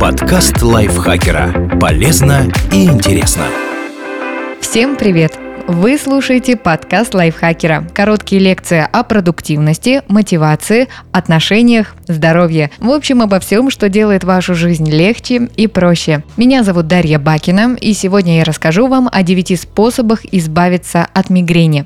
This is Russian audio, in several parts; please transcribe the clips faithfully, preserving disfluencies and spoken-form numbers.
Подкаст лайфхакера. Полезно и интересно. Всем привет! Вы слушаете подкаст лайфхакера. Короткие лекции о продуктивности, мотивации, отношениях, здоровье. В общем, обо всем, что делает вашу жизнь легче и проще. Меня зовут Дарья Бакина, и сегодня я расскажу вам о девяти способах избавиться от мигрени.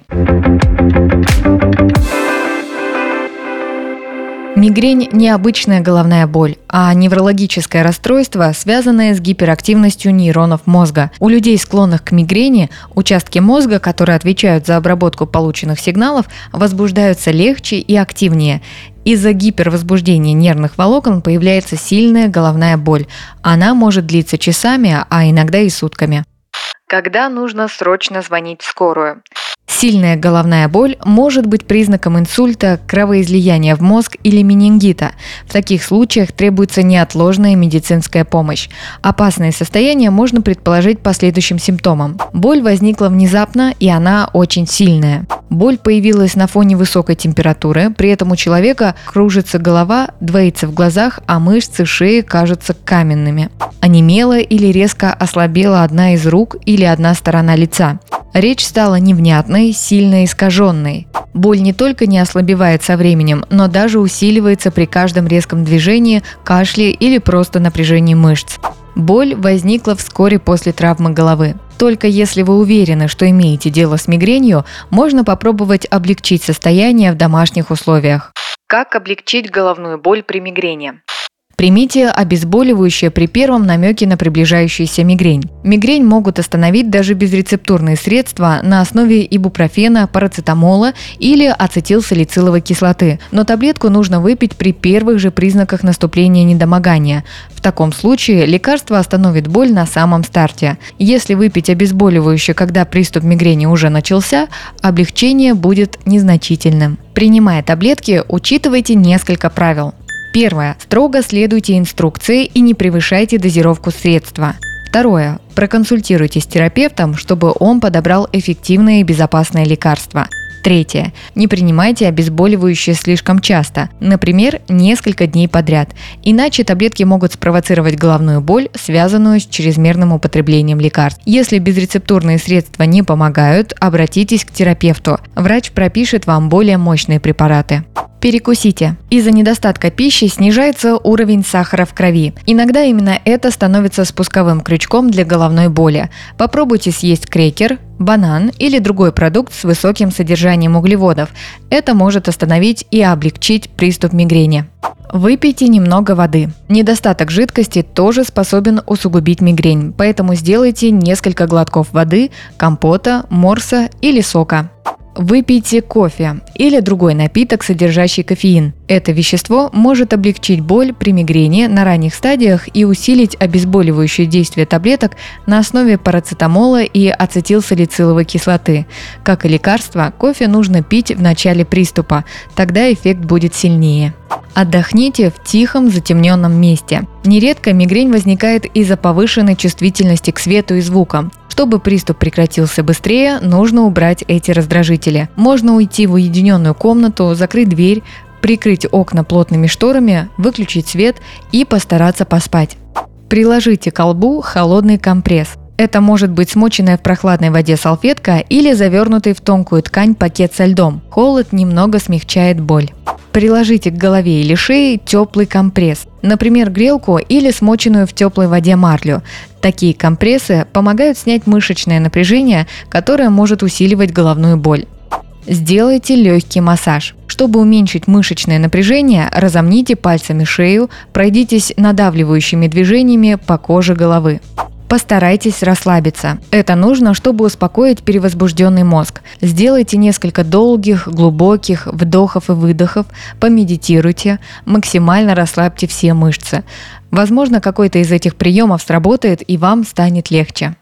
Мигрень – не обычная головная боль, а неврологическое расстройство, связанное с гиперактивностью нейронов мозга. У людей, склонных к мигрени, участки мозга, которые отвечают за обработку полученных сигналов, возбуждаются легче и активнее. Из-за гипервозбуждения нервных волокон появляется сильная головная боль. Она может длиться часами, а иногда и сутками. Когда нужно срочно звонить в скорую? Сильная головная боль может быть признаком инсульта, кровоизлияния в мозг или менингита. В таких случаях требуется неотложная медицинская помощь. Опасное состояние можно предположить по следующим симптомам. Боль возникла внезапно, и она очень сильная. Боль появилась на фоне высокой температуры, при этом у человека кружится голова, двоится в глазах, а мышцы шеи кажутся каменными. Онемела или резко ослабела одна из рук или одна сторона лица. Речь стала невнятной, сильно искаженной. Боль не только не ослабевает со временем, но даже усиливается при каждом резком движении, кашле или просто напряжении мышц. Боль возникла вскоре после травмы головы. Только если вы уверены, что имеете дело с мигренью, можно попробовать облегчить состояние в домашних условиях. Как облегчить головную боль при мигрени? Примите обезболивающее при первом намеке на приближающуюся мигрень. Мигрень могут остановить даже безрецептурные средства на основе ибупрофена, парацетамола или ацетилсалициловой кислоты, но таблетку нужно выпить при первых же признаках наступления недомогания. В таком случае лекарство остановит боль на самом старте. Если выпить обезболивающее, когда приступ мигрени уже начался, облегчение будет незначительным. Принимая таблетки, учитывайте несколько правил. Первое. Строго следуйте инструкции и не превышайте дозировку средства. Второе. Проконсультируйтесь с терапевтом, чтобы он подобрал эффективное и безопасное лекарство. Третье. Не принимайте обезболивающие слишком часто, например, несколько дней подряд, иначе таблетки могут спровоцировать головную боль, связанную с чрезмерным употреблением лекарств. Если безрецептурные средства не помогают, обратитесь к терапевту. Врач пропишет вам более мощные препараты. Перекусите. Из-за недостатка пищи снижается уровень сахара в крови. Иногда именно это становится спусковым крючком для головной боли. Попробуйте съесть крекер, банан или другой продукт с высоким содержанием углеводов. Это может остановить и облегчить приступ мигрени. Выпейте немного воды. Недостаток жидкости тоже способен усугубить мигрень, поэтому сделайте несколько глотков воды, компота, морса или сока. Выпейте кофе или другой напиток, содержащий кофеин. Это вещество может облегчить боль при мигрени на ранних стадиях и усилить обезболивающее действие таблеток на основе парацетамола и ацетилсалициловой кислоты. Как и лекарство, кофе нужно пить в начале приступа, тогда эффект будет сильнее. Отдохните в тихом, затемненном месте. Нередко мигрень возникает из-за повышенной чувствительности к свету и звукам. Чтобы приступ прекратился быстрее, нужно убрать эти раздражители. Можно уйти в уединенную комнату, закрыть дверь, прикрыть окна плотными шторами, выключить свет и постараться поспать. Приложите к колбу холодный компресс. Это может быть смоченная в прохладной воде салфетка или завернутый в тонкую ткань пакет со льдом. Холод немного смягчает боль. Приложите к голове или шее теплый компресс, например, грелку или смоченную в теплой воде марлю. Такие компрессы помогают снять мышечное напряжение, которое может усиливать головную боль. Сделайте легкий массаж. Чтобы уменьшить мышечное напряжение, разомните пальцами шею, пройдитесь надавливающими движениями по коже головы. Постарайтесь расслабиться. Это нужно, чтобы успокоить перевозбужденный мозг. Сделайте несколько долгих, глубоких вдохов и выдохов, помедитируйте, максимально расслабьте все мышцы. Возможно, какой-то из этих приемов сработает и вам станет легче.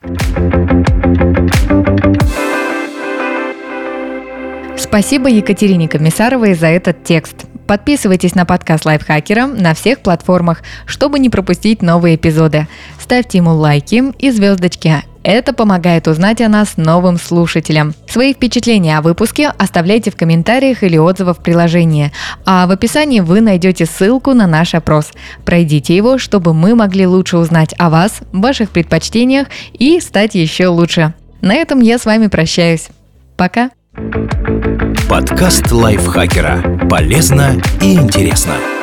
Спасибо Екатерине Комиссаровой за этот текст. Подписывайтесь на подкаст лайфхакера на всех платформах, чтобы не пропустить новые эпизоды. Ставьте ему лайки и звездочки. Это помогает узнать о нас новым слушателям. Свои впечатления о выпуске оставляйте в комментариях или отзывах в приложении. А в описании вы найдете ссылку на наш опрос. Пройдите его, чтобы мы могли лучше узнать о вас, ваших предпочтениях и стать еще лучше. На этом я с вами прощаюсь. Пока! Подкаст лайфхакера. Полезно и интересно.